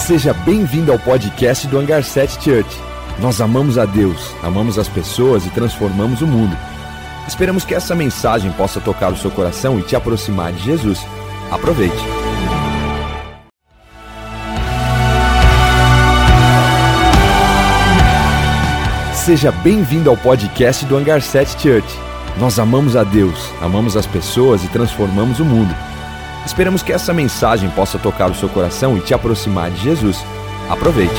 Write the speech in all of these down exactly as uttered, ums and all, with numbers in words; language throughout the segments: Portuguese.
Seja bem-vindo ao podcast do Hangar sete Church. Nós amamos a Deus, amamos as pessoas e transformamos o mundo. Esperamos que essa mensagem possa tocar o seu coração e te aproximar de Jesus. Aproveite. Seja bem-vindo ao podcast do Hangar sete Church. Nós amamos a Deus, amamos as pessoas e transformamos o mundo. Esperamos que essa mensagem possa tocar o seu coração e te aproximar de Jesus. Aproveite.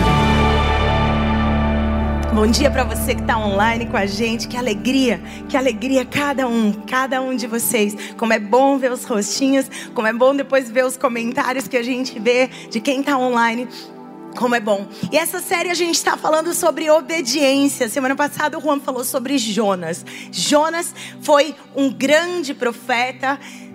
Bom dia para você que está online com a gente. Que alegria, que alegria cada um, cada um de vocês. Como é bom ver os rostinhos, como é bom depois ver os comentários que a gente vê de quem está online. Como é bom. E essa série a gente está falando sobre obediência. Semana passada o Juan falou sobre Jonas. Jonas foi um grande profeta.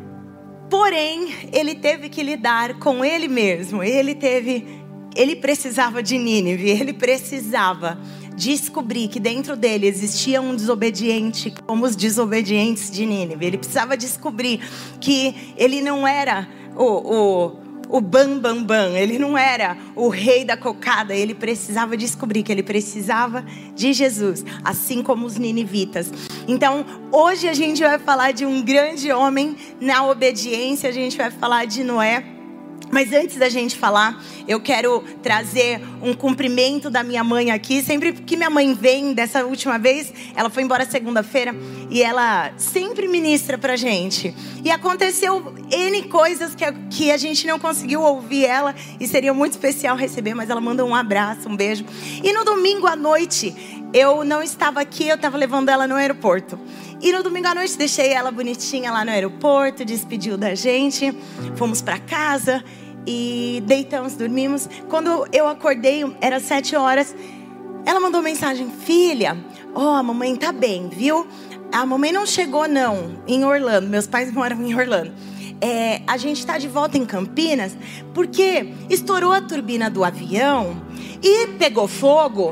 Porém, ele teve que lidar com ele mesmo. Ele teve, ele precisava de Nínive. Ele precisava descobrir que dentro dele existia um desobediente como os desobedientes de Nínive. Ele precisava descobrir que ele não era o, o, o bam, bam, bam. Ele não era o rei da cocada. Ele precisava descobrir que ele precisava de Jesus, assim como os ninivitas. Então, hoje a gente vai falar de um grande homem na obediência. A gente vai falar de Noé. Mas antes da gente falar, eu quero trazer um cumprimento da minha mãe aqui. Sempre que minha mãe vem, dessa última vez, ela foi embora segunda-feira e ela sempre ministra pra gente. E aconteceu N coisas que a, que a gente não conseguiu ouvir ela e seria muito especial receber, mas ela manda um abraço, um beijo. E no domingo à noite, eu não estava aqui, eu estava levando ela no aeroporto. E no domingo à noite deixei ela bonitinha lá no aeroporto, despediu da gente, fomos para casa e deitamos, dormimos. Quando eu acordei, era sete horas, ela mandou mensagem: filha, ó, oh, a mamãe tá bem, viu? A mamãe não chegou não, em Orlando, meus pais moram em Orlando. É, a gente está de volta em Campinas porque estourou a turbina do avião e pegou fogo.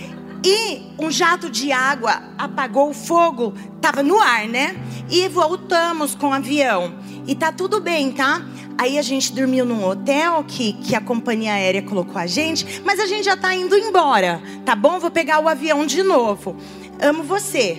E um jato de água apagou o fogo, tava no ar, né? E voltamos com o avião. E tá tudo bem, tá? Aí a gente dormiu num hotel que, que a companhia aérea colocou a gente. Mas a gente já tá indo embora, tá bom? Vou pegar o avião de novo. Amo você.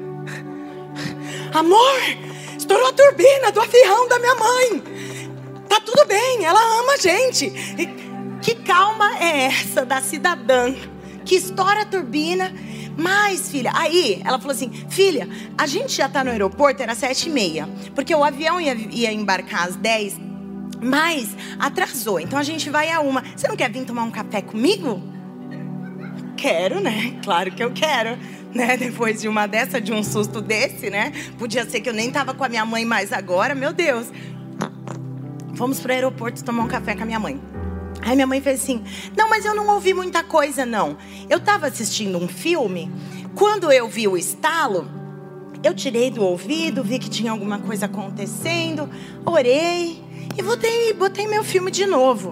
Amor, estourou a turbina do avião da minha mãe. Tá tudo bem, ela ama a gente. E que calma é essa da cidadã que estoura a turbina? Mas, filha, aí ela falou assim: filha, a gente já tá no aeroporto, era sete e meia, porque o avião ia, ia embarcar às dez, mas atrasou, então a gente vai a uma. Você não quer vir tomar um café comigo? Quero, né? Claro que eu quero, né? Depois de uma dessa, de um susto desse, né? Podia ser que eu nem tava com a minha mãe mais agora, meu Deus. Fomos pro aeroporto tomar um café com a minha mãe. Aí minha mãe fez assim: não, mas eu não ouvi muita coisa não. Eu estava assistindo um filme. Quando eu vi o estalo, eu tirei do ouvido, vi que tinha alguma coisa acontecendo, orei e botei, botei meu filme de novo.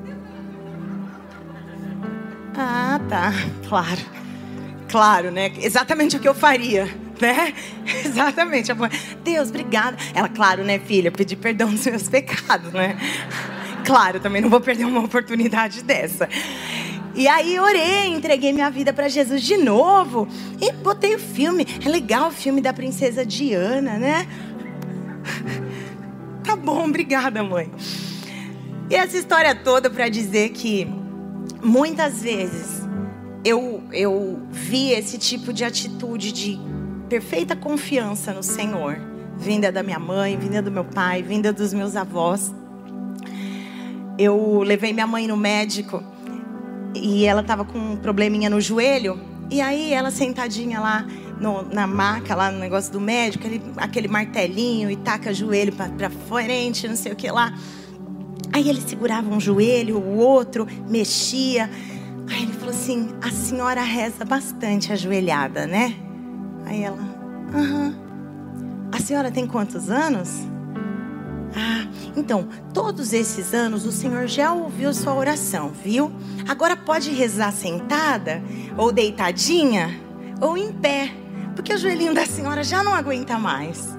Ah, tá, claro. Claro, né? Exatamente o que eu faria, né? Exatamente. Deus, obrigada. Ela, claro, né, filha? Pedir perdão dos meus pecados, né? Claro, também não vou perder uma oportunidade dessa. E aí orei, entreguei minha vida para Jesus de novo. E botei o filme. É legal o filme da princesa Diana, né? Tá bom, obrigada, mãe. E essa história toda para dizer que muitas vezes eu, eu vi esse tipo de atitude de perfeita confiança no Senhor, vinda da minha mãe, vinda do meu pai, vinda dos meus avós. Eu levei minha mãe no médico e ela estava com um probleminha no joelho. E aí ela sentadinha lá no, na maca, lá no negócio do médico, ele, aquele martelinho e taca o joelho para frente, não sei o que lá. Aí ele segurava um joelho, o outro, mexia. Aí ele falou assim: a senhora reza bastante ajoelhada, né? Aí ela: aham. A senhora tem quantos anos? Ah, então, todos esses anos o Senhor já ouviu sua oração, viu? Agora pode rezar sentada, ou deitadinha, ou em pé, porque o joelhinho da senhora já não aguenta mais.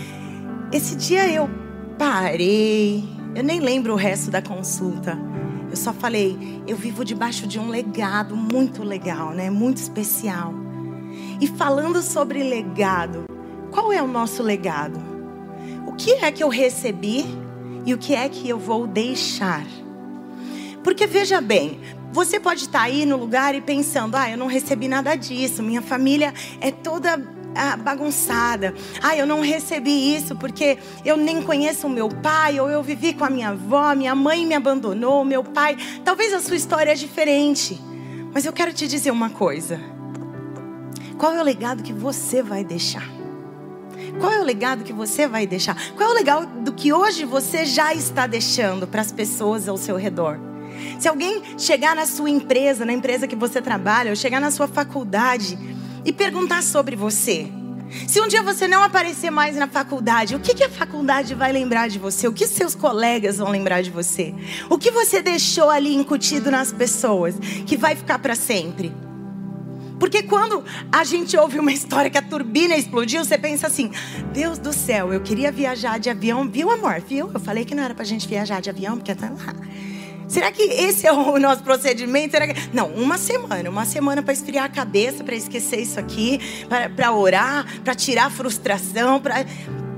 Esse dia eu parei, eu nem lembro o resto da consulta. Eu eu só falei, eu vivo debaixo de um legado muito legal, né? Muito especial. E falando sobre legado, qual é o nosso legado? O que é que eu recebi e o que é que eu vou deixar? Porque veja bem, você pode estar aí no lugar e pensando, ah, eu não recebi nada disso, minha família é toda ah, bagunçada. Ah, eu não recebi isso porque eu nem conheço o meu pai, ou eu vivi com a minha avó, minha mãe me abandonou, meu pai. Talvez a sua história é diferente, mas eu quero te dizer uma coisa. Qual é o legado que você vai deixar? Qual é o legado que você vai deixar? Qual é o legado que hoje você já está deixando para as pessoas ao seu redor? Se alguém chegar na sua empresa, na empresa que você trabalha, ou chegar na sua faculdade e perguntar sobre você. Se um dia você não aparecer mais na faculdade, o que, que a faculdade vai lembrar de você? O que seus colegas vão lembrar de você? O que você deixou ali incutido nas pessoas que vai ficar para sempre? Porque quando a gente ouve uma história que a turbina explodiu, você pensa assim, Deus do céu, eu queria viajar de avião. Viu, amor? Viu? Eu falei que não era pra gente viajar de avião, porque tá lá. Será que esse é o nosso procedimento? Será que... Não, uma semana. Uma semana para esfriar a cabeça, para esquecer isso aqui, para orar, para tirar a frustração. Pra...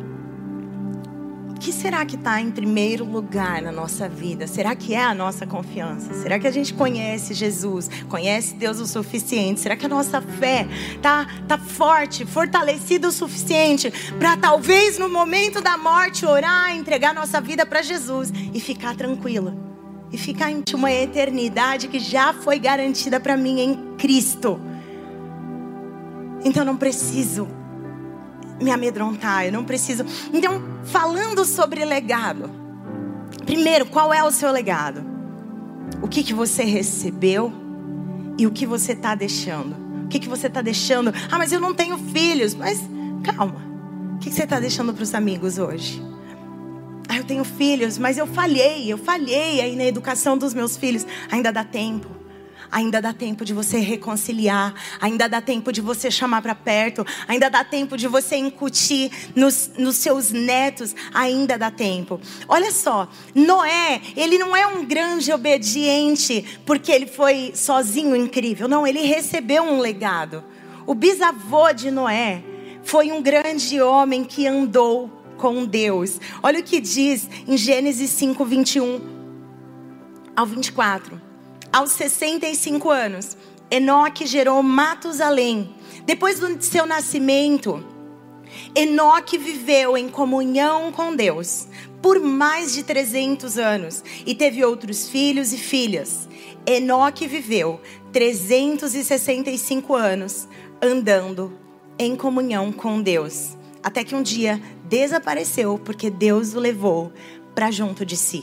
O que será que está em primeiro lugar na nossa vida? Será que é a nossa confiança? Será que a gente conhece Jesus? Conhece Deus o suficiente? Será que a nossa fé está tá forte, fortalecida o suficiente para talvez no momento da morte orar, entregar nossa vida para Jesus e ficar tranquila? E ficar em uma eternidade que já foi garantida para mim em Cristo. Então eu não preciso me amedrontar, eu não preciso. Então, falando sobre legado. Primeiro, qual é o seu legado? O que, que você recebeu e o que você está deixando? O que, que você está deixando? Ah, mas eu não tenho filhos. Mas calma, o que, que você está deixando para os amigos hoje? Ah, eu tenho filhos, mas eu falhei, eu falhei aí na educação dos meus filhos. Ainda dá tempo. Ainda dá tempo de você reconciliar. Ainda dá tempo de você chamar para perto. Ainda dá tempo de você incutir nos, nos seus netos. Ainda dá tempo. Olha só, Noé, ele não é um grande obediente porque ele foi sozinho incrível. Não, ele recebeu um legado. O bisavô de Noé foi um grande homem que andou com Deus. Olha o que diz em Gênesis cinco, vinte e um ao vinte e quatro. Aos sessenta e cinco anos, Enoque gerou Matusalém. Depois do seu nascimento, Enoque viveu em comunhão com Deus por mais de trezentos anos e teve outros filhos e filhas. Enoque viveu trezentos e sessenta e cinco anos andando em comunhão com Deus. Até que um dia desapareceu porque Deus o levou para junto de si.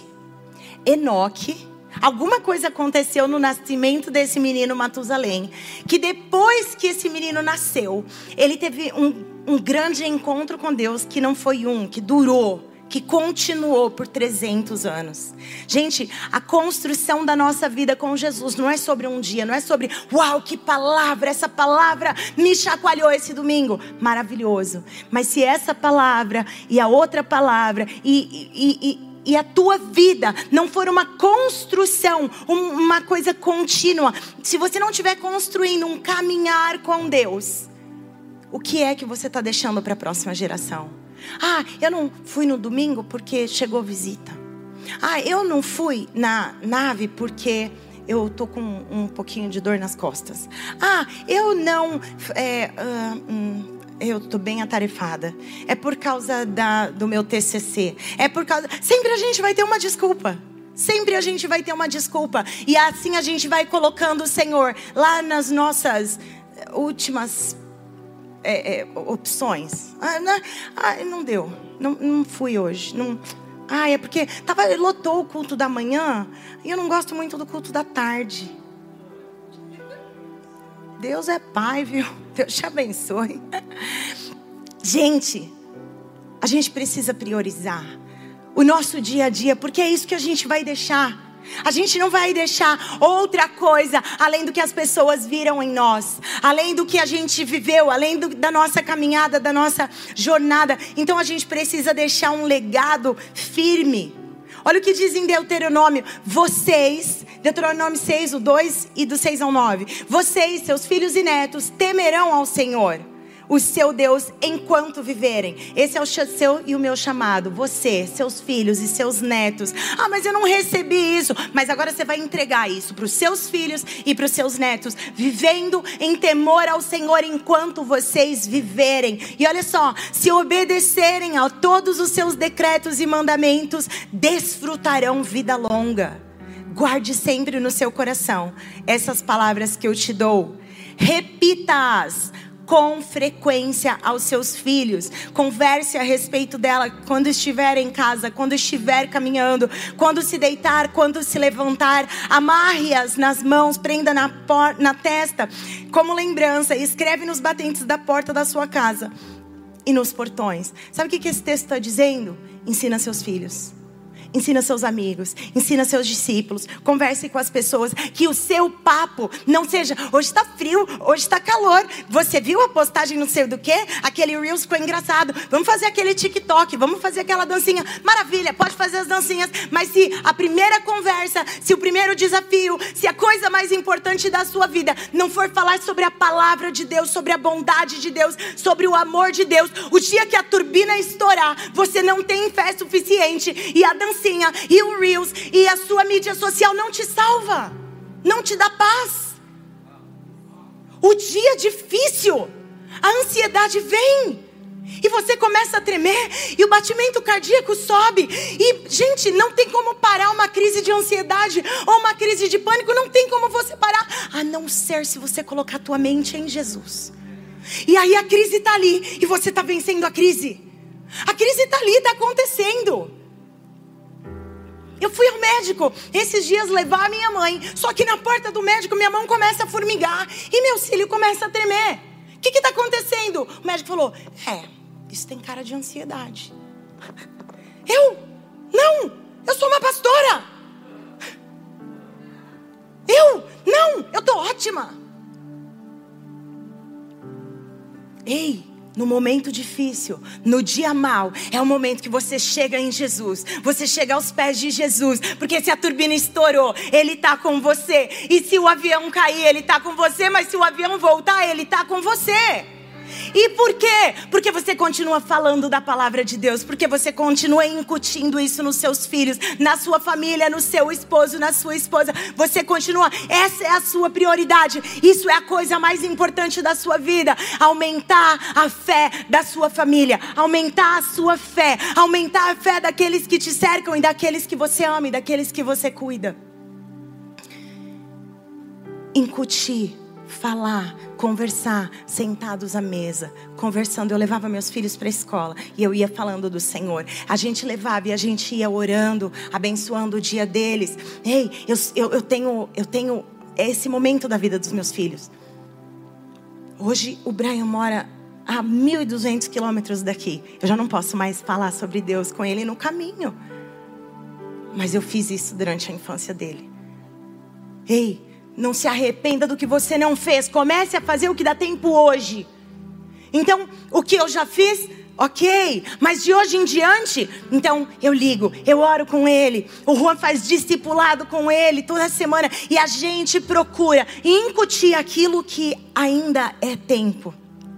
Enoque, alguma coisa aconteceu no nascimento desse menino Matusalém, que depois que esse menino nasceu, ele teve um, um grande encontro com Deus, que não foi um, que durou, que continuou por trezentos anos. Gente, a construção da nossa vida com Jesus não é sobre um dia, não é sobre, uau, que palavra, essa palavra me chacoalhou esse domingo. Maravilhoso. Mas se essa palavra e a outra palavra e, e, e, e a tua vida não for uma construção, uma coisa contínua, se você não estiver construindo um caminhar com Deus, o que é que você está deixando para a próxima geração? Ah, eu não fui no domingo porque chegou visita. Ah, eu não fui na nave porque eu tô com um pouquinho de dor nas costas. Ah, eu não... É, uh, hum, eu tô bem atarefada. É por causa da, do meu T C C. É por causa... Sempre a gente vai ter uma desculpa. Sempre a gente vai ter uma desculpa. E assim a gente vai colocando o Senhor lá nas nossas últimas... É, é, opções. Ah, não, ah, não deu. Não, não fui hoje. Não, ah, é porque tava, lotou o culto da manhã e eu não gosto muito do culto da tarde. Deus é pai, viu? Deus te abençoe. Gente, a gente precisa priorizar o nosso dia a dia, porque é isso que a gente vai deixar. A gente não vai deixar outra coisa além do que as pessoas viram em nós, além do que a gente viveu, além do, da nossa caminhada, da nossa jornada. Então a gente precisa deixar um legado firme. Olha o que diz em Deuteronômio. Vocês, Deuteronômio seis, o dois e do seis ao nove. Vocês, seus filhos e netos, temerão ao Senhor, o seu Deus, enquanto viverem. Esse é o seu e o meu chamado. Você, seus filhos e seus netos. Ah, mas eu não recebi isso. Mas agora você vai entregar isso para os seus filhos e para os seus netos, vivendo em temor ao Senhor enquanto vocês viverem. E olha só, se obedecerem a todos os seus decretos e mandamentos, desfrutarão vida longa. Guarde sempre no seu coração essas palavras que eu te dou. Repita-as com frequência aos seus filhos. Converse a respeito dela quando estiver em casa, quando estiver caminhando, quando se deitar, quando se levantar. Amarre-as nas mãos, prenda na, por- na testa como lembrança. Escreve nos batentes da porta da sua casa e nos portões. Sabe o que que esse texto está dizendo? Ensina seus filhos. Ensina seus amigos, ensina seus discípulos, converse com as pessoas, que o seu papo não seja, hoje está frio, hoje está calor, você viu a postagem não sei do que, aquele Reels ficou engraçado, vamos fazer aquele TikTok, vamos fazer aquela dancinha, maravilha, pode fazer as dancinhas, mas se a primeira conversa, se o primeiro desafio, se a coisa mais importante da sua vida não for falar sobre a palavra de Deus, sobre a bondade de Deus, sobre o amor de Deus, o dia que a turbina estourar, você não tem fé suficiente e a dancinha e o Reels e a sua mídia social não te salva, não te dá paz. O dia é difícil, a ansiedade vem e você começa a tremer e o batimento cardíaco sobe e, gente, não tem como parar uma crise de ansiedade ou uma crise de pânico, não tem como você parar, a não ser se você colocar a tua mente em Jesus. E aí a crise está ali e você está vencendo a crise. A crise está ali, está acontecendo. Eu fui ao médico esses dias levar a minha mãe. Só que na porta do médico minha mão começa a formigar e meu cílio começa a tremer. O que está acontecendo? O médico falou, é, isso tem cara de ansiedade. Eu? Não, eu sou uma pastora. Eu? Não, eu estou ótima. Ei, no momento difícil, no dia mau, é o momento que você chega em Jesus. Você chega aos pés de Jesus. Porque se a turbina estourou, Ele está com você. E se o avião cair, Ele está com você. Mas se o avião voltar, Ele está com você. E por quê? Porque você continua falando da palavra de Deus. Porque você continua incutindo isso nos seus filhos, na sua família, no seu esposo, na sua esposa. Você continua, essa é a sua prioridade. Isso é a coisa mais importante da sua vida. Aumentar a fé da sua família. Aumentar a sua fé. Aumentar a fé daqueles que te cercam e daqueles que você ama e daqueles que você cuida. Incutir. Falar, conversar, sentados à mesa, conversando. Eu levava meus filhos para a escola e eu ia falando do Senhor. A gente levava e a gente ia orando, abençoando o dia deles. Ei, eu, eu, eu, tenho, eu tenho esse momento da vida dos meus filhos. Hoje o Brian mora a mil e duzentos quilômetros daqui. Eu já não posso mais falar sobre Deus com ele no caminho. Mas eu fiz isso durante a infância dele. Ei, não se arrependa do que você não fez. Comece a fazer o que dá tempo hoje. Então, o que eu já fiz, ok. Mas de hoje em diante, então eu ligo, eu oro com ele. O Juan faz discipulado com ele toda semana. E a gente procura incutir aquilo que ainda é tempo.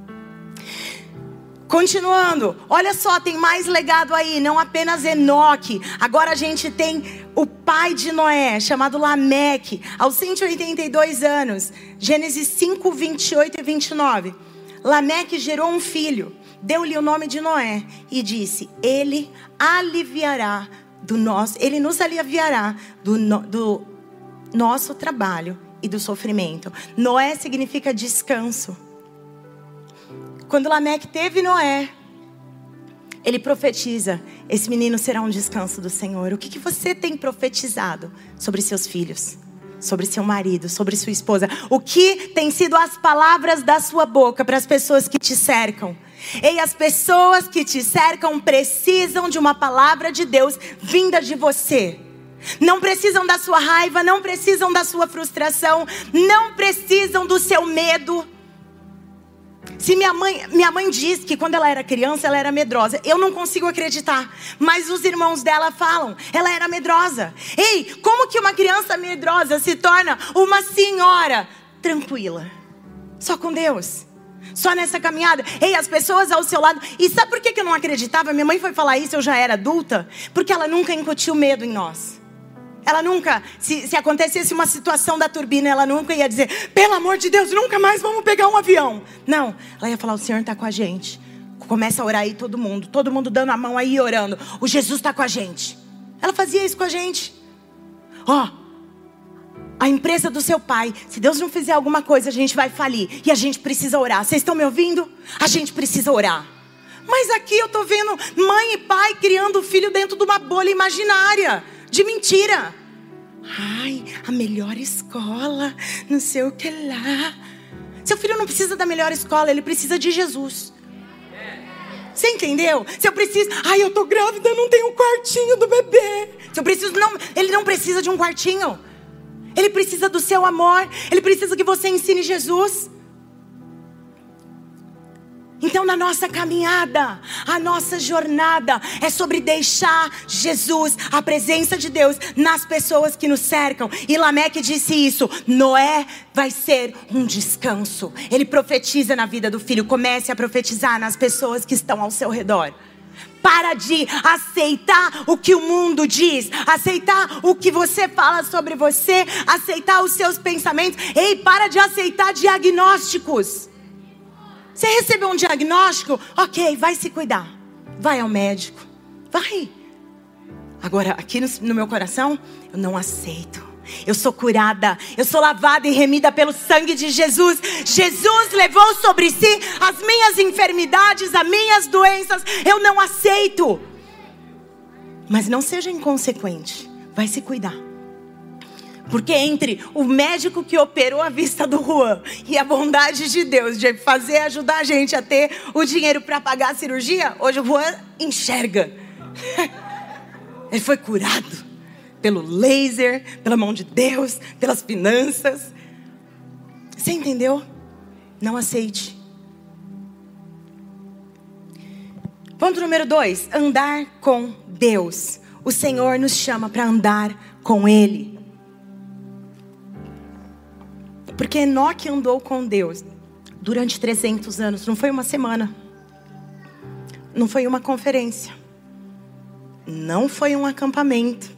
Continuando, olha só, tem mais legado aí, não apenas Enoque. Agora a gente tem o pai de Noé, chamado Lameque, aos cento e oitenta e dois anos. Gênesis cinco, vinte e oito e vinte e nove. Lameque gerou um filho, deu-lhe o nome de Noé e disse, ele aliviará do nosso, ele nos aliviará do, no, do nosso trabalho e do sofrimento. Noé significa descanso. Quando Lameque teve Noé, ele profetiza, esse menino será um descanso do Senhor. O que, que você tem profetizado sobre seus filhos? Sobre seu marido, sobre sua esposa? O que tem sido as palavras da sua boca para as pessoas que te cercam? Ei, as pessoas que te cercam precisam de uma palavra de Deus vinda de você. Não precisam da sua raiva, não precisam da sua frustração, não precisam do seu medo. Se minha mãe, minha mãe diz que quando ela era criança, ela era medrosa. Eu não consigo acreditar. Mas os irmãos dela falam, ela era medrosa. Ei, como que uma criança medrosa se torna uma senhora tranquila? Só com Deus. Só nessa caminhada. Ei, as pessoas ao seu lado. E sabe por que eu não acreditava? Minha mãe foi falar isso, eu já era adulta. Porque ela nunca incutiu medo em nós. Ela nunca, se, se acontecesse uma situação da turbina, ela nunca ia dizer, pelo amor de Deus, nunca mais vamos pegar um avião. Não, ela ia falar, o Senhor está com a gente. Começa a orar aí todo mundo, todo mundo dando a mão aí orando. O Jesus está com a gente. Ela fazia isso com a gente. Ó, oh, a empresa do seu pai, se Deus não fizer alguma coisa, a gente vai falir. E a gente precisa orar. Vocês estão me ouvindo? A gente precisa orar. Mas aqui eu estou vendo mãe e pai criando o filho dentro de uma bolha imaginária. De mentira. Ai, a melhor escola, não sei o que lá. Seu filho não precisa da melhor escola, ele precisa de Jesus. Você entendeu? Se eu preciso, ai, eu tô grávida, não tenho um quartinho do bebê. Se eu preciso, não, ele não precisa de um quartinho. Ele precisa do seu amor. Ele precisa que você ensine Jesus. Então na nossa caminhada, a nossa jornada é sobre deixar Jesus, a presença de Deus nas pessoas que nos cercam. E Lameque disse isso, Noé vai ser um descanso. Ele profetiza na vida do filho, comece a profetizar nas pessoas que estão ao seu redor. Para de aceitar o que o mundo diz, aceitar o que você fala sobre você, aceitar os seus pensamentos. Ei, para de aceitar diagnósticos. Você recebeu um diagnóstico? Ok, vai se cuidar. Vai ao médico. Vai. Agora, aqui no, no meu coração, eu não aceito. Eu sou curada. Eu sou lavada e remida pelo sangue de Jesus. Jesus levou sobre si as minhas enfermidades, as minhas doenças. Eu não aceito. Mas não seja inconsequente. Vai se cuidar. Porque entre o médico que operou a vista do Juan e a bondade de Deus de fazer, ajudar a gente a ter o dinheiro para pagar a cirurgia, hoje o Juan enxerga. Ele foi curado pelo laser, pela mão de Deus, pelas finanças. Você entendeu? Não aceite. Ponto número dois, andar com Deus. O Senhor nos chama para andar com Ele. Porque Enoque andou com Deus durante trezentos anos. Não foi uma semana. Não foi uma conferência. Não foi um acampamento.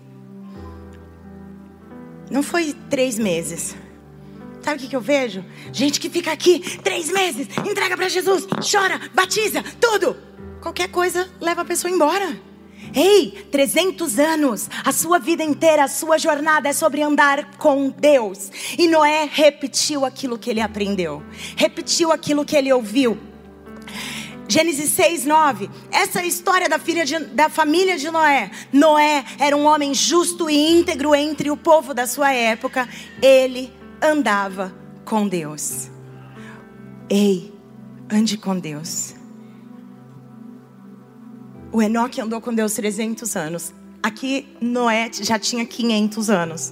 Não foi três meses. Sabe o que, que eu vejo? Gente que fica aqui três meses, entrega para Jesus, chora, batiza, tudo. Qualquer coisa leva a pessoa embora. Ei, trezentos anos, a sua vida inteira, a sua jornada é sobre andar com Deus. E Noé repetiu aquilo que ele aprendeu. Repetiu aquilo que ele ouviu. Gênesis seis, nove. Essa é a história da, filha de, da família de Noé. Noé era um homem justo e íntegro entre o povo da sua época. Ele andava com Deus. Ei, ande com Deus. O Enoque andou com Deus trezentos anos. Aqui Noé já tinha quinhentos anos.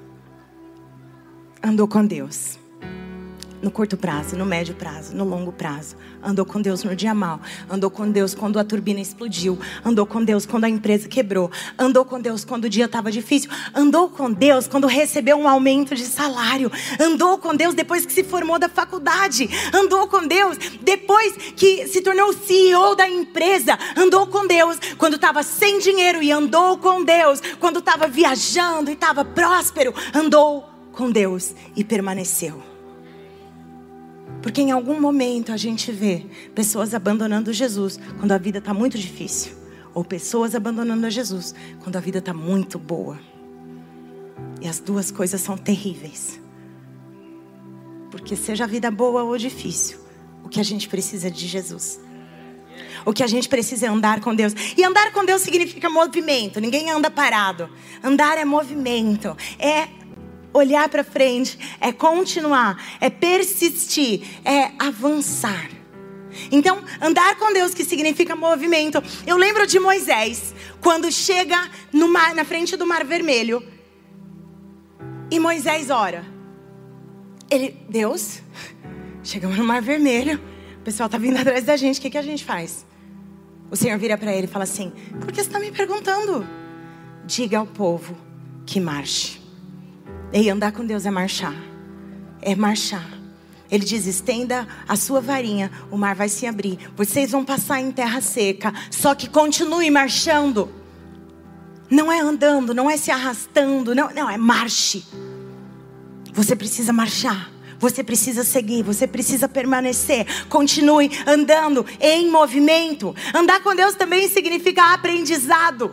Andou com Deus. No curto prazo, no médio prazo, no longo prazo. Andou com Deus no dia mau. Andou com Deus quando a turbina explodiu. Andou com Deus quando a empresa quebrou. Andou com Deus quando o dia estava difícil. Andou com Deus quando recebeu um aumento de salário. Andou com Deus depois que se formou da faculdade. Andou com Deus depois que se tornou C E O da empresa. Andou com Deus quando estava sem dinheiro e andou com Deus quando estava viajando e estava próspero. Andou com Deus e permaneceu. Porque em algum momento a gente vê pessoas abandonando Jesus quando a vida está muito difícil. Ou pessoas abandonando a Jesus quando a vida está muito boa. E as duas coisas são terríveis. Porque seja a vida boa ou difícil, o que a gente precisa é de Jesus. O que a gente precisa é andar com Deus. E andar com Deus significa movimento. Ninguém anda parado. Andar é movimento. É olhar para frente, é continuar, é persistir, é avançar. Então, andar com Deus, que significa movimento. Eu lembro de Moisés, quando chega no mar, na frente do Mar Vermelho. E Moisés ora. Ele, Deus, chegamos no Mar Vermelho. o pessoal está vindo atrás da gente, o que, que a gente faz? O Senhor vira para ele e fala assim: por que você está me perguntando? Diga ao povo que marche. E andar com Deus é marchar. É marchar. Ele diz: estenda a sua varinha, o mar vai se abrir. Vocês vão passar em terra seca. Só que continue marchando. Não é andando, não é se arrastando. Não, não, é marche. Você precisa marchar. Você precisa seguir, você precisa permanecer. Continue andando em movimento. Andar com Deus também significa aprendizado.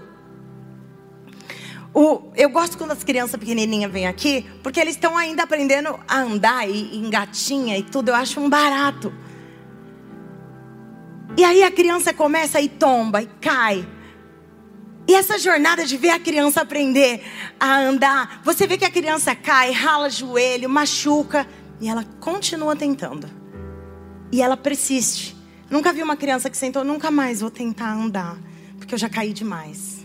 O, eu gosto quando as crianças pequenininhas vêm aqui, porque eles estão ainda aprendendo a andar e, e engatinha e tudo. Eu acho um barato. E aí a criança começa e tomba e cai. E essa jornada de ver a criança aprender a andar, você vê que a criança cai, rala joelho, machuca, e ela continua tentando. E ela persiste. Nunca vi uma criança que sentou: nunca mais vou tentar andar, porque eu já caí demais.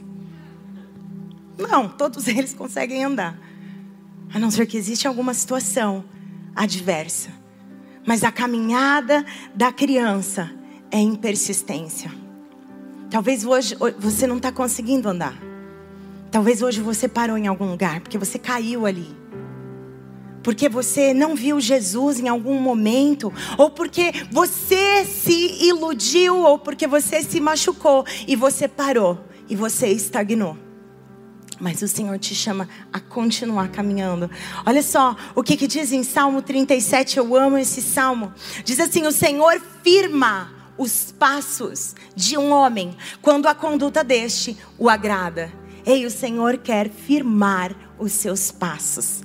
Não, todos eles conseguem andar. A não ser que existe alguma situação adversa. Mas a caminhada da criança é em persistência. Talvez hoje você não está conseguindo andar. Talvez hoje você parou em algum lugar, porque você caiu ali. Porque você não viu Jesus em algum momento. Ou porque você se iludiu. Ou porque você se machucou e você parou e você estagnou. Mas o Senhor te chama a continuar caminhando. Olha só o que, que diz em Salmo trinta e sete. Eu amo esse salmo. Diz assim: o Senhor firma os passos de um homem quando a conduta deste o agrada. Ei, o Senhor quer firmar os seus passos.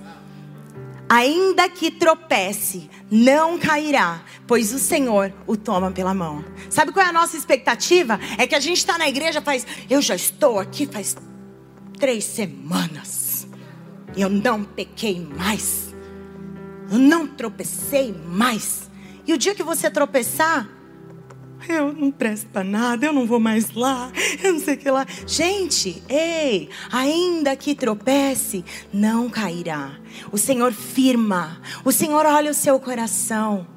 Ainda que tropece, não cairá, pois o Senhor o toma pela mão. Sabe qual é a nossa expectativa? É que a gente está na igreja faz... Eu já estou aqui faz três semanas. Eu não pequei mais. Eu não tropecei mais. E o dia que você tropeçar, eu não presto pra nada, eu não vou mais lá, eu não sei o que lá. Gente, ei, ainda que tropece, não cairá. O Senhor firma, o Senhor olha o seu coração.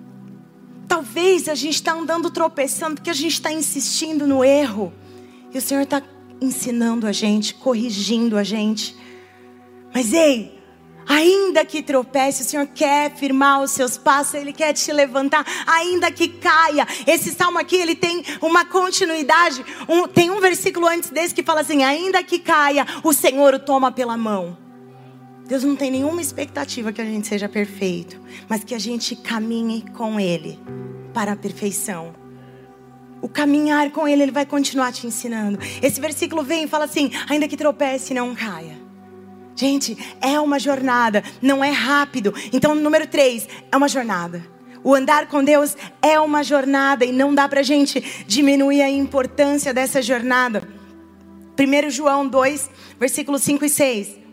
Talvez a gente está andando tropeçando porque a gente está insistindo no erro. E o Senhor está ensinando a gente, corrigindo a gente. Mas ei, ainda que tropece, o Senhor quer firmar os seus passos, Ele quer te levantar, ainda que caia. Esse salmo aqui, ele tem uma continuidade, um, tem um versículo antes desse que fala assim: ainda que caia, o Senhor o toma pela mão. Deus não tem nenhuma expectativa que a gente seja perfeito, mas que a gente caminhe com Ele para a perfeição. O caminhar com Ele, Ele vai continuar te ensinando. Esse versículo vem e fala assim: ainda que tropece, não caia. Gente, é uma jornada, não é rápido. Então, número três, é uma jornada. O andar com Deus é uma jornada e não dá pra gente diminuir a importância dessa jornada. primeiro João dois, versículos cinco e seis.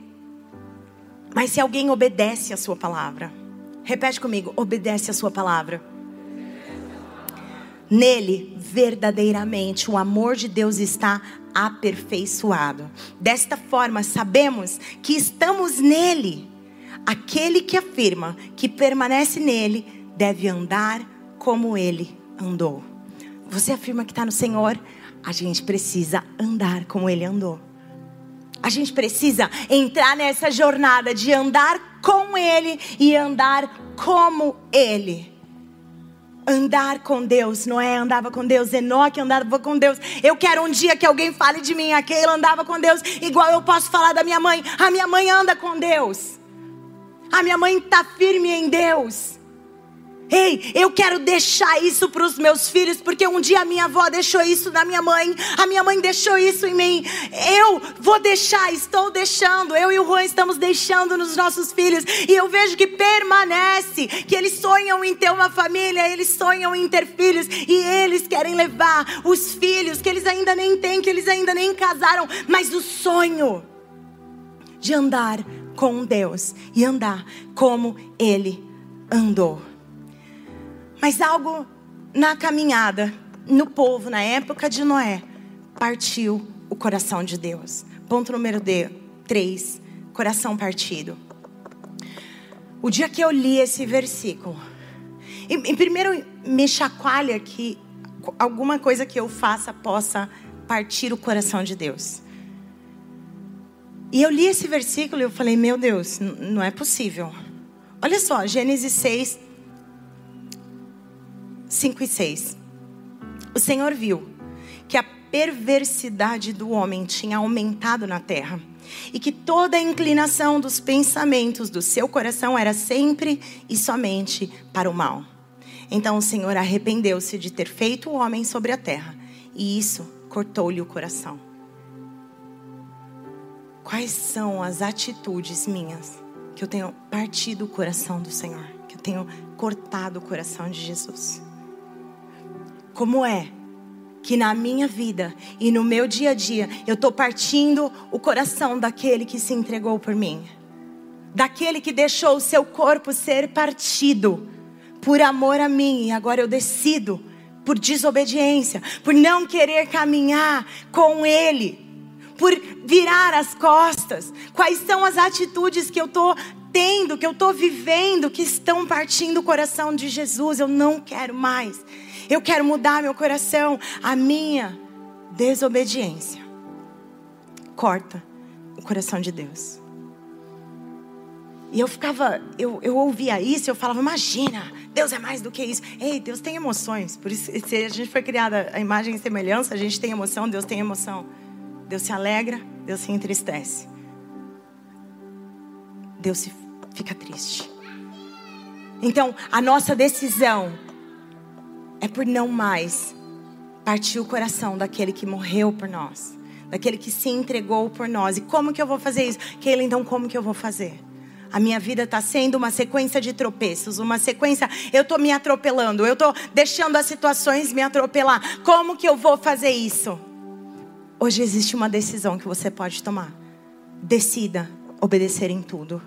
Mas se alguém obedece a sua palavra, repete comigo: obedece a sua palavra. Nele, verdadeiramente, o amor de Deus está aperfeiçoado. Desta forma, sabemos que estamos nele. Aquele que afirma que permanece nele, deve andar como ele andou. Você afirma que está no Senhor? A gente precisa andar como ele andou. A gente precisa entrar nessa jornada de andar com Ele e andar como Ele. Andar com Deus, Noé andava com Deus, Enoque andava com Deus. Eu quero um dia que alguém fale de mim, aquele andava com Deus, igual eu posso falar da minha mãe. A minha mãe anda com Deus. A minha mãe está firme em Deus. Ei, eu quero deixar isso para os meus filhos, porque um dia a minha avó deixou isso na minha mãe, a minha mãe deixou isso em mim. Eu vou deixar, estou deixando, eu e o Juan estamos deixando nos nossos filhos. E eu vejo que permanece, que eles sonham em ter uma família, eles sonham em ter filhos. E eles querem levar os filhos, que eles ainda nem têm, que eles ainda nem casaram. Mas o sonho de andar com Deus e andar como Ele andou. Mas algo na caminhada, no povo, na época de Noé, partiu o coração de Deus. Ponto número três, coração partido. O dia que eu li esse versículo, E, e primeiro me chacoalha que alguma coisa que eu faça possa partir o coração de Deus. E eu li esse versículo e eu falei, meu Deus, n- não é possível. Olha só, Gênesis seis, cinco e seis. O Senhor viu que a perversidade do homem tinha aumentado na terra, e que toda a inclinação dos pensamentos do seu coração era sempre e somente para o mal. Então o Senhor arrependeu-se de ter feito o homem sobre a terra, e isso cortou-lhe o coração. Quais são as atitudes minhas que eu tenho partido o coração do Senhor, que eu tenho cortado o coração de Jesus? Como é que na minha vida e no meu dia a dia eu estou partindo o coração daquele que se entregou por mim, daquele que deixou o seu corpo ser partido por amor a mim, e agora eu decido por desobediência, por não querer caminhar com Ele, por virar as costas. Quais são as atitudes que eu estou tendo, que eu estou vivendo, que estão partindo o coração de Jesus? Eu não quero mais. Eu quero mudar meu coração. A minha desobediência corta o coração de Deus. E eu ficava, eu, eu ouvia isso e eu falava, imagina, Deus é mais do que isso. Ei, Deus tem emoções. Por isso, se a gente foi criada a imagem e semelhança, a gente tem emoção, Deus tem emoção. Deus se alegra, Deus se entristece. Deus se fica triste. Então, a nossa decisão é por não mais partir o coração daquele que morreu por nós, daquele que se entregou por nós. E como que eu vou fazer isso? Keila, então como que eu vou fazer? A minha vida está sendo uma sequência de tropeços, uma sequência, eu estou me atropelando, eu estou deixando as situações me atropelar. Como que eu vou fazer isso? Hoje existe uma decisão que você pode tomar. Decida obedecer em tudo.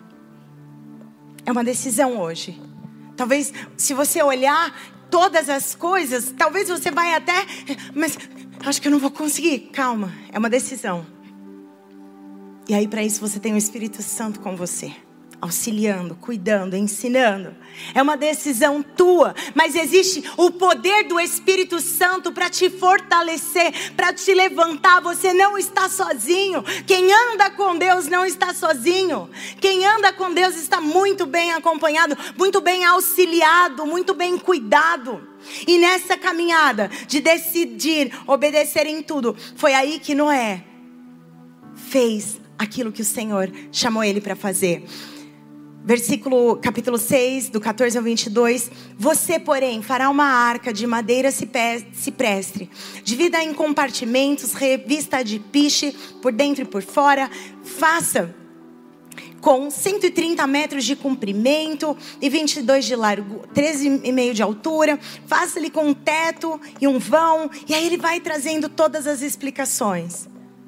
É uma decisão hoje. Talvez, se você olhar todas as coisas, talvez você vai até, mas acho que eu não vou conseguir. Calma, é uma decisão. E aí para isso você tem o Espírito Santo com você, auxiliando, cuidando, ensinando. É uma decisão tua, mas existe o poder do Espírito Santo para te fortalecer, para te levantar. Você não está sozinho. Quem anda com Deus não está sozinho. Quem anda com Deus está muito bem acompanhado, muito bem auxiliado, muito bem cuidado. E nessa caminhada de decidir obedecer em tudo, foi aí que Noé fez aquilo que o Senhor chamou ele para fazer. Versículo, capítulo seis, do catorze ao vinte e dois. Você, porém, fará uma arca de madeira ciprestre, dividida em compartimentos, revista de piche por dentro e por fora. Faça com cento e trinta metros de comprimento e vinte e dois de largo, treze e meio de altura. Faça-lhe com um teto e um vão. E aí ele vai trazendo todas as explicações.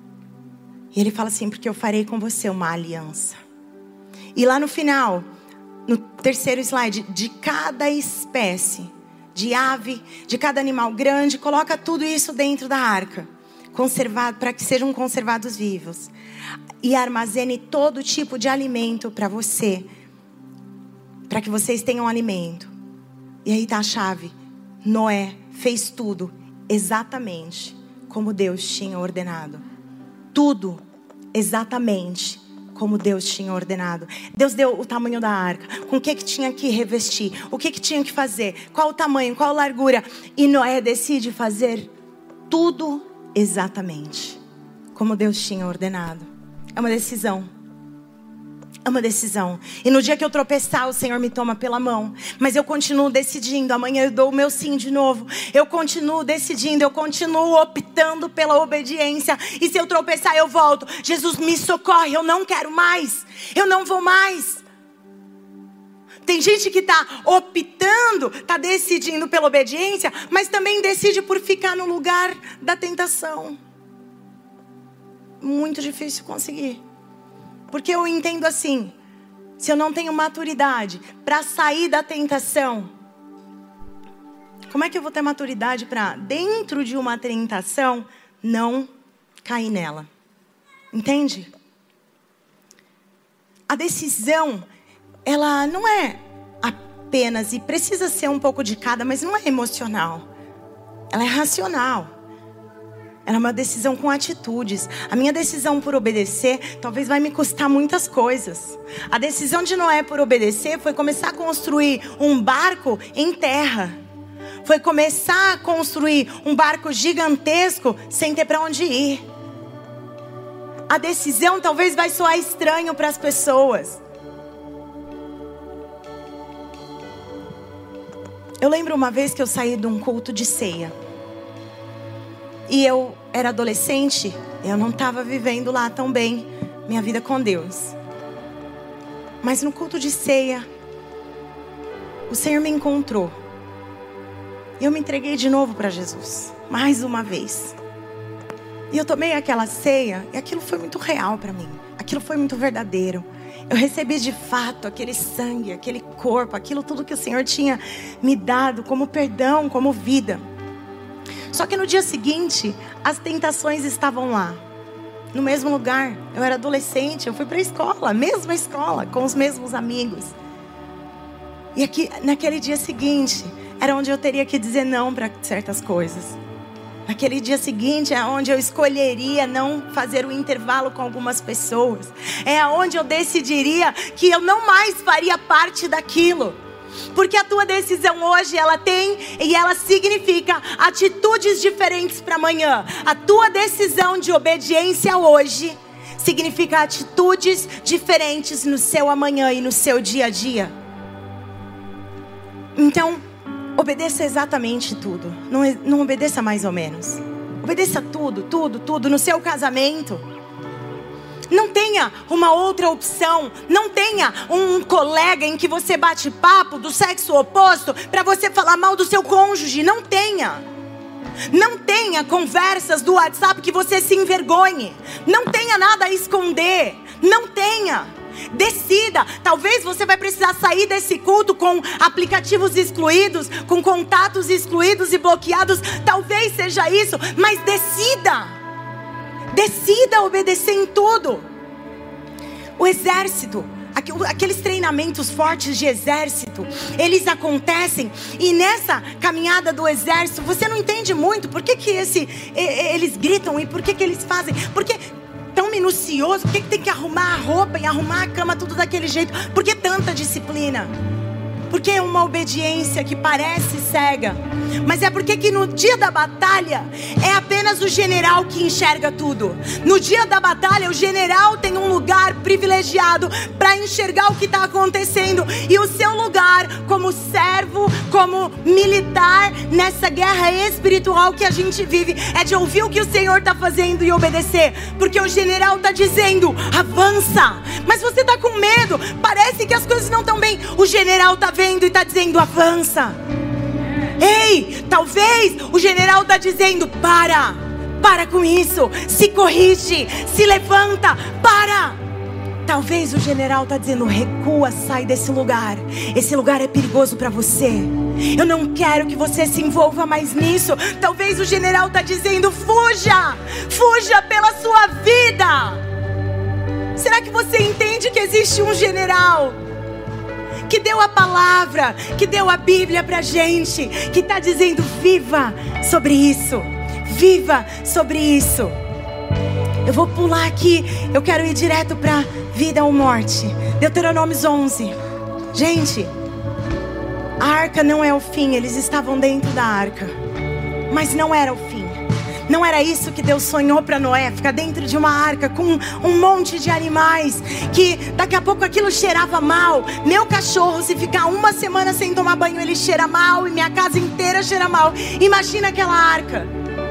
E ele fala assim, porque eu farei com você uma aliança. E lá no final, no terceiro slide, de cada espécie de ave, de cada animal grande, coloca tudo isso dentro da arca, conservado, para que sejam conservados vivos. E armazene todo tipo de alimento para você, para que vocês tenham alimento. E aí está a chave. Noé fez tudo exatamente como Deus tinha ordenado. Tudo exatamente como Deus tinha ordenado. Deus deu o tamanho da arca, com o que que tinha que revestir, o que que tinha que fazer, qual o tamanho, qual a largura. E Noé decide fazer tudo exatamente como Deus tinha ordenado. É uma decisão. É uma decisão. E no dia que eu tropeçar, o Senhor me toma pela mão. Mas eu continuo decidindo. Amanhã eu dou o meu sim de novo. Eu continuo decidindo. Eu continuo optando pela obediência. E se eu tropeçar, eu volto. Jesus, me socorre. Eu não quero mais. Eu não vou mais. Tem gente que está optando, está decidindo pela obediência, mas também decide por ficar no lugar da tentação. Muito difícil conseguir. Porque eu entendo assim, se eu não tenho maturidade para sair da tentação, como é que eu vou ter maturidade para, dentro de uma tentação, não cair nela? Entende? A decisão, ela não é apenas, e precisa ser um pouco de cada, mas não é emocional. Ela é racional. Ela é uma decisão com atitudes. A minha decisão por obedecer talvez vai me custar muitas coisas. A decisão de Noé por obedecer foi começar a construir um barco em terra. Foi começar a construir um barco gigantesco sem ter para onde ir. A decisão talvez vai soar estranho para as pessoas. Eu lembro uma vez que eu saí de um culto de ceia. E eu era adolescente, eu não estava vivendo lá tão bem minha vida com Deus. Mas no culto de ceia, o Senhor me encontrou. E eu me entreguei de novo para Jesus, mais uma vez. E eu tomei aquela ceia, e aquilo foi muito real para mim. Aquilo foi muito verdadeiro. Eu recebi de fato aquele sangue, aquele corpo, aquilo tudo que o Senhor tinha me dado como perdão, como vida. Só que no dia seguinte, as tentações estavam lá, no mesmo lugar. Eu era adolescente, eu fui para a escola, a mesma escola, com os mesmos amigos. E aqui, naquele dia seguinte, era onde eu teria que dizer não para certas coisas. Naquele dia seguinte é onde eu escolheria não fazer o intervalo com algumas pessoas. É onde eu decidiria que eu não mais faria parte daquilo. Porque a tua decisão hoje, ela tem e ela significa atitudes diferentes para amanhã. A tua decisão de obediência hoje significa atitudes diferentes no seu amanhã e no seu dia a dia. Então, obedeça exatamente tudo. Não, não obedeça mais ou menos. Obedeça tudo, tudo, tudo no seu casamento. Não tenha uma outra opção. Não tenha um colega em que você bate papo do sexo oposto para você falar mal do seu cônjuge. Não tenha. Não tenha conversas do WhatsApp que você se envergonhe. Não tenha nada a esconder. Não tenha. Decida. Talvez você vai precisar sair desse culto com aplicativos excluídos, com contatos excluídos e bloqueados. Talvez seja isso, mas decida. Decida obedecer em tudo. O exército, aqueles treinamentos fortes de exército, eles acontecem. E nessa caminhada do exército, você não entende muito por que, que esse, eles gritam e por que, que eles fazem. Porque tão minucioso, por que, que tem que arrumar a roupa e arrumar a cama tudo daquele jeito? Por que tanta disciplina? Porque é uma obediência que parece cega, mas é porque que no dia da batalha é apenas o general que enxerga tudo. No dia da batalha o general tem um lugar privilegiado para enxergar o que está acontecendo. E o seu lugar como servo, como militar nessa guerra espiritual que a gente vive, é de ouvir o que o Senhor está fazendo e obedecer. Porque o general está dizendo, avança. Mas você está com medo, parece que as coisas não estão bem. O general está vendo e está dizendo, avança. Ei, talvez o general está dizendo, para, para com isso, se corrige, se levanta, para. Talvez o general está dizendo, recua, sai desse lugar, esse lugar é perigoso para você, eu não quero que você se envolva mais nisso. Talvez o general está dizendo, fuja, fuja pela sua vida. Será que você entende que existe um general que deu a palavra, que deu a Bíblia pra gente, que está dizendo, viva sobre isso, viva sobre isso. Eu vou pular aqui, eu quero ir direto para vida ou morte. Deuteronômio onze. Gente, a arca não é o fim, eles estavam dentro da arca, mas não era o fim. Não era isso que Deus sonhou para Noé, ficar dentro de uma arca com um monte de animais, que daqui a pouco aquilo cheirava mal. Meu cachorro, se ficar uma semana sem tomar banho, ele cheira mal, e minha casa inteira cheira mal. Imagina aquela arca.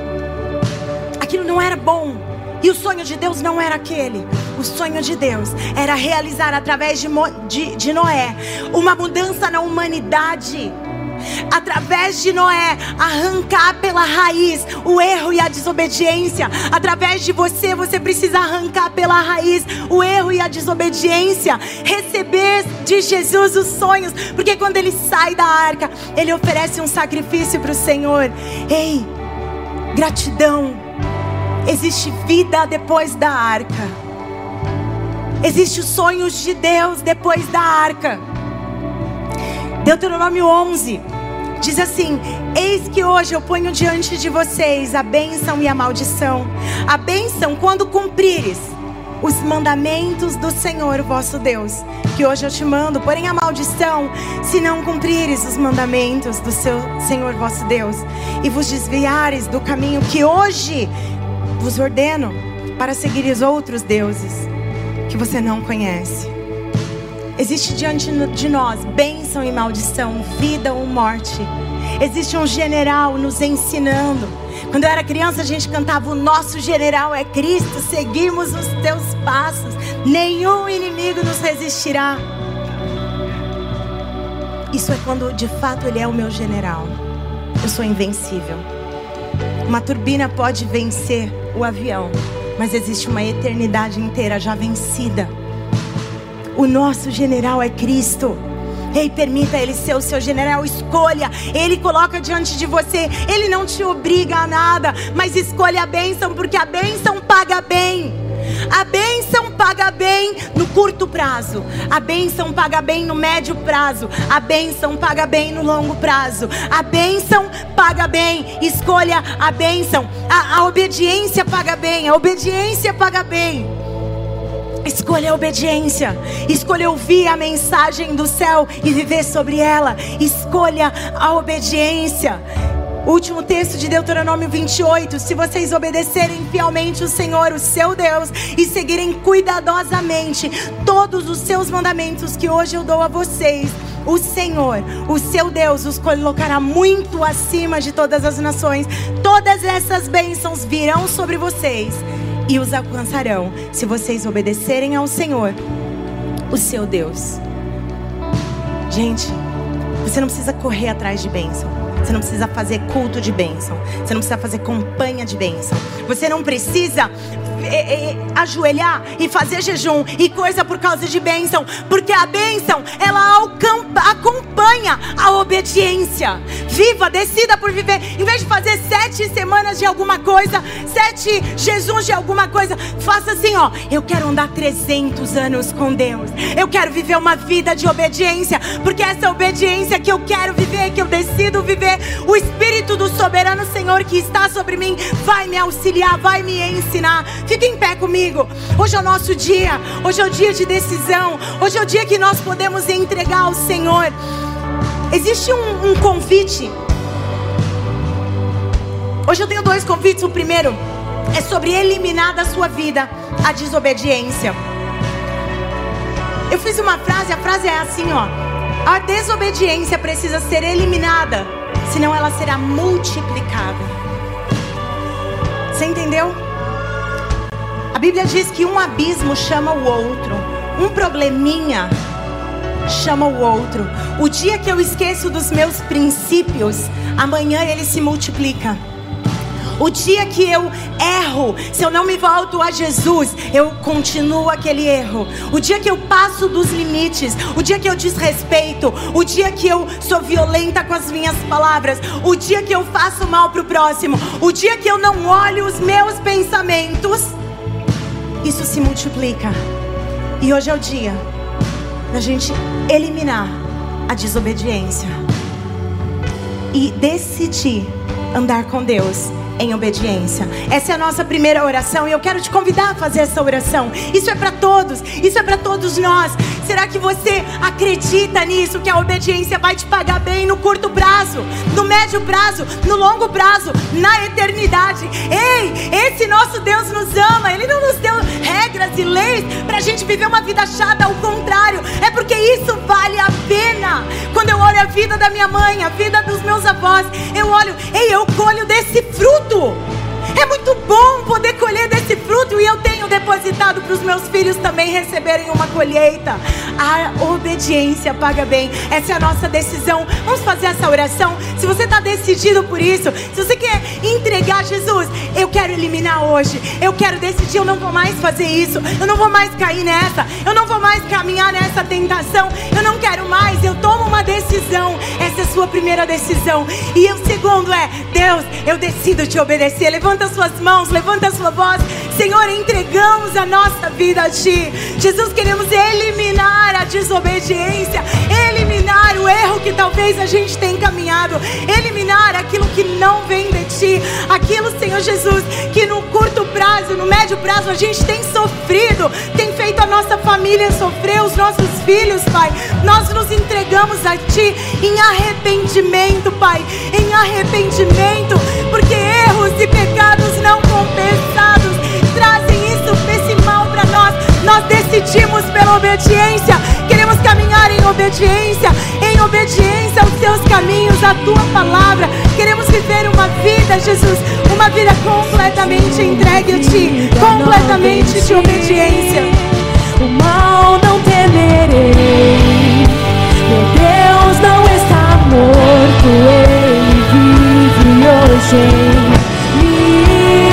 Aquilo não era bom. E o sonho de Deus não era aquele. O sonho de Deus era realizar através de, de, de Noé uma mudança na humanidade. Através de Noé, arrancar pela raiz o erro e a desobediência. Através de você, você precisa arrancar pela raiz o erro e a desobediência. Receber de Jesus os sonhos, porque quando ele sai da arca, ele oferece um sacrifício para o Senhor. Ei, gratidão. Existe vida depois da arca. Existem os sonhos de Deus depois da arca. Deuteronômio onze diz assim: eis que hoje eu ponho diante de vocês a bênção e a maldição. A bênção quando cumprires os mandamentos do Senhor vosso Deus, que hoje eu te mando. Porém a maldição, se não cumprires os mandamentos do seu Senhor vosso Deus, e vos desviares do caminho que hoje vos ordeno, para seguir os outros deuses que você não conhece. Existe diante de nós bênção e maldição, vida ou morte. Existe um general nos ensinando. Quando eu era criança, a gente cantava: o nosso general é Cristo, seguimos os teus passos, nenhum inimigo nos resistirá. Isso é quando de fato Ele é o meu general. Eu sou invencível. Uma turbina pode vencer o avião, mas existe uma eternidade inteira já vencida. O nosso general é Cristo. Ei, permita Ele ser o seu general. Escolha, Ele coloca diante de você. Ele não te obriga a nada, mas escolha a bênção, porque a bênção paga bem. A bênção paga bem no curto prazo. A bênção paga bem no médio prazo. A bênção paga bem no longo prazo. A bênção paga bem. Escolha a bênção. A, a obediência paga bem. A obediência paga bem. Escolha a obediência. Escolha ouvir a mensagem do céu e viver sobre ela. Escolha a obediência. Último texto de Deuteronômio vinte e oito: se vocês obedecerem fielmente o Senhor, o seu Deus, e seguirem cuidadosamente todos os seus mandamentos que hoje eu dou a vocês, o Senhor, o seu Deus, os colocará muito acima de todas as nações. Todas essas bênçãos virão sobre vocês e os alcançarão, se vocês obedecerem ao Senhor, o seu Deus. Gente, você não precisa correr atrás de bênção. Você não precisa fazer culto de bênção. Você não precisa fazer campanha de bênção. Você não precisa é, é, ajoelhar e fazer jejum e coisa por causa de bênção, porque a bênção, ela alcampa, acompanha a obediência. Viva, decida por viver. Em vez de fazer sete semanas de alguma coisa, sete jejuns de alguma coisa, faça assim, ó: eu quero andar trezentos anos com Deus. Eu quero viver uma vida de obediência, porque essa obediência que eu quero viver, que eu decido viver, o Espírito do soberano Senhor que está sobre mim vai me auxiliar, vai me ensinar. Fica em pé comigo. Hoje é o nosso dia. Hoje é o dia de decisão. Hoje é o dia que nós podemos entregar ao Senhor. Existe um, um convite. Hoje eu tenho dois convites. O primeiro é sobre eliminar da sua vida a desobediência. Eu fiz uma frase, a frase é assim, ó: a desobediência precisa ser eliminada, senão ela será multiplicada. Você entendeu? A Bíblia diz que um abismo chama o outro, um probleminha chama o outro. O dia que eu esqueço dos meus princípios, amanhã ele se multiplica. O dia que eu erro, se eu não me volto a Jesus, eu continuo aquele erro. O dia que eu passo dos limites, o dia que eu desrespeito, o dia que eu sou violenta com as minhas palavras, o dia que eu faço mal pro próximo, o dia que eu não olho os meus pensamentos, isso se multiplica. E hoje é o dia da gente eliminar a desobediência e decidir andar com Deus em obediência. Essa é a nossa primeira oração e eu quero te convidar a fazer essa oração. Isso é para todos, isso é para todos nós. Será que você acredita nisso? Que a obediência vai te pagar bem no curto prazo, no médio prazo, no longo prazo, na eternidade? Ei, esse nosso Deus nos ama. Ele não nos deu regras e leis pra gente viver uma vida chata. Ao contrário, é porque isso vale a pena. Quando eu olho a vida da minha mãe, a vida dos meus avós, eu olho, ei, eu colho desse fruto. É muito bom poder colher desse fruto, e eu tenho depositado para os meus filhos também receberem uma colheita. A obediência paga bem. Essa é a nossa decisão. Vamos fazer essa oração. Se você está decidido por isso, se você quer entregar. Jesus, eu quero eliminar hoje. Eu quero decidir, eu não vou mais fazer isso. Eu não vou mais cair nessa. Eu não vou mais caminhar nessa tentação. Eu não quero mais. Eu tomo uma decisão. Essa é a sua primeira decisão. E o segundo é: Deus, eu decido te obedecer. Levanta as suas mãos, levanta a sua voz. Senhor, entregamos a nossa vida a Ti. Jesus, queremos eliminar a desobediência, eliminar o erro que talvez a gente tenha caminhado, eliminar aquilo que não vem de Ti, aquilo, Senhor Jesus, que no curto prazo, no médio prazo a gente tem sofrido, tem feito a nossa família sofrer, os nossos filhos, Pai. Nós nos entregamos a Ti em arrependimento, Pai, em arrependimento, porque erros e pecados não confessados trazem isso, esse mal para nós. Nós decidimos pela obediência. Queremos caminhar em obediência, em obediência aos Teus caminhos, à Tua palavra. Queremos viver uma vida, Jesus, uma vida completamente entregue a Ti, completamente de obediência. O mal não temerei, meu Deus não está morto, Ele vive hoje em mim.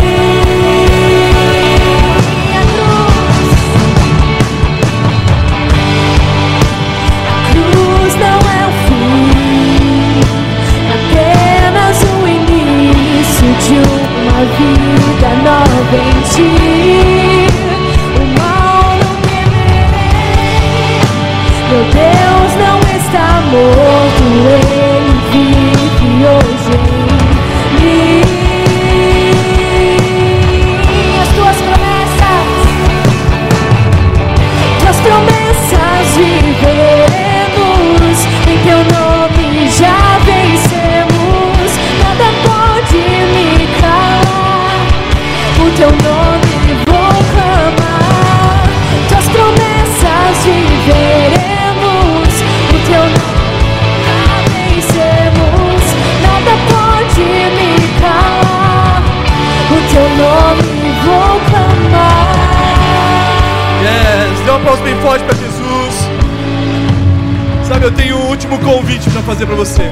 A cruz não é o fim, apenas o início de uma vida nova em Ti. O mal não temerei, meu Deus não está morto, Ele vive hoje em mim. As Tuas promessas, Tuas promessas viveremos, em Teu nome já vencemos, nada pode me calar, o Teu nome vou clamar. Tuas promessas viveremos, o Teu nome já vencemos, nada pode me calar, o Teu nome vou clamar. Yes, dê um aplauso bem forte para Jesus. Sabe, eu tenho um último convite para fazer para você.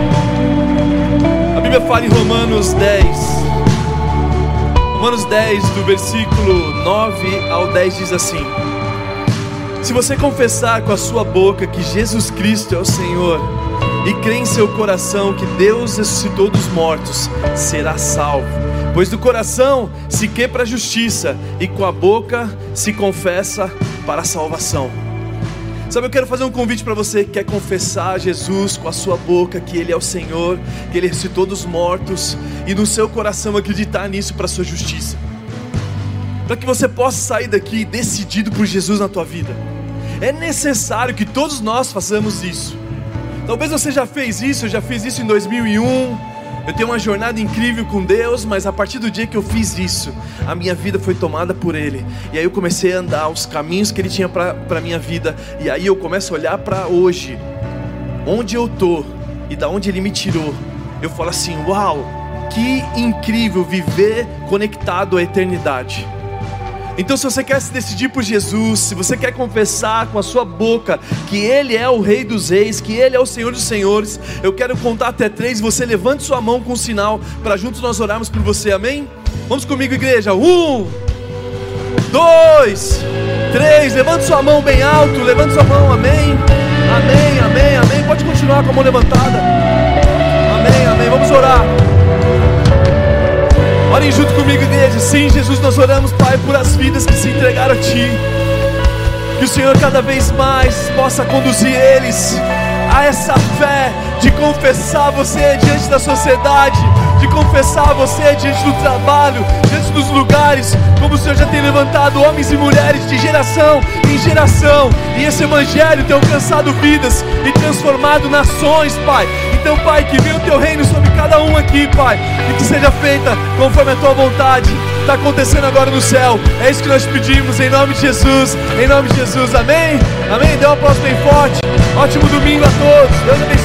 A Bíblia fala em Romanos dez. Romanos dez, do versículo nove ao dez, diz assim: se você confessar com a sua boca que Jesus Cristo é o Senhor e crer em seu coração que Deus ressuscitou dos mortos, será salvo. Pois do coração se crê para a justiça e com a boca se confessa para a salvação. Sabe, eu quero fazer um convite para você que quer confessar Jesus com a sua boca, que Ele é o Senhor, que Ele ressuscitou dos mortos, e no seu coração acreditar nisso para a sua justiça, para que você possa sair daqui decidido por Jesus na tua vida. É necessário que todos nós façamos isso. Talvez você já fez isso, eu já fiz isso em dois mil e um. Eu tenho uma jornada incrível com Deus, mas a partir do dia que eu fiz isso, a minha vida foi tomada por Ele. E aí eu comecei a andar os caminhos que Ele tinha para a minha vida. E aí eu começo a olhar para hoje, onde eu estou e da onde Ele me tirou. Eu falo assim: uau, que incrível viver conectado à eternidade. Então, se você quer se decidir por Jesus, se você quer confessar com a sua boca que Ele é o Rei dos Reis, que Ele é o Senhor dos Senhores, eu quero contar até três, você levante sua mão com um sinal, para juntos nós orarmos por você, amém? Vamos comigo, igreja. Um, dois, três, levante sua mão bem alto, levante sua mão, amém? Amém, amém, amém, pode continuar com a mão levantada. Amém, amém, vamos orar. Orem junto comigo, igreja. Sim, Jesus, nós oramos, Pai, por as vidas que se entregaram a Ti. Que o Senhor cada vez mais possa conduzir eles a essa fé de confessar você diante da sociedade, de confessar você diante do trabalho, diante dos lugares, como o Senhor já tem levantado homens e mulheres de geração em geração, e esse evangelho tem alcançado vidas e transformado nações, Pai. Então, Pai, que venha o Teu reino sobre cada um aqui, Pai, e que seja feita conforme a Tua vontade. Está acontecendo agora no céu, é isso que nós pedimos, em nome de Jesus, em nome de Jesus, amém? Amém? Dê um aplauso bem forte. Ótimo domingo a todos, Deus abençoe.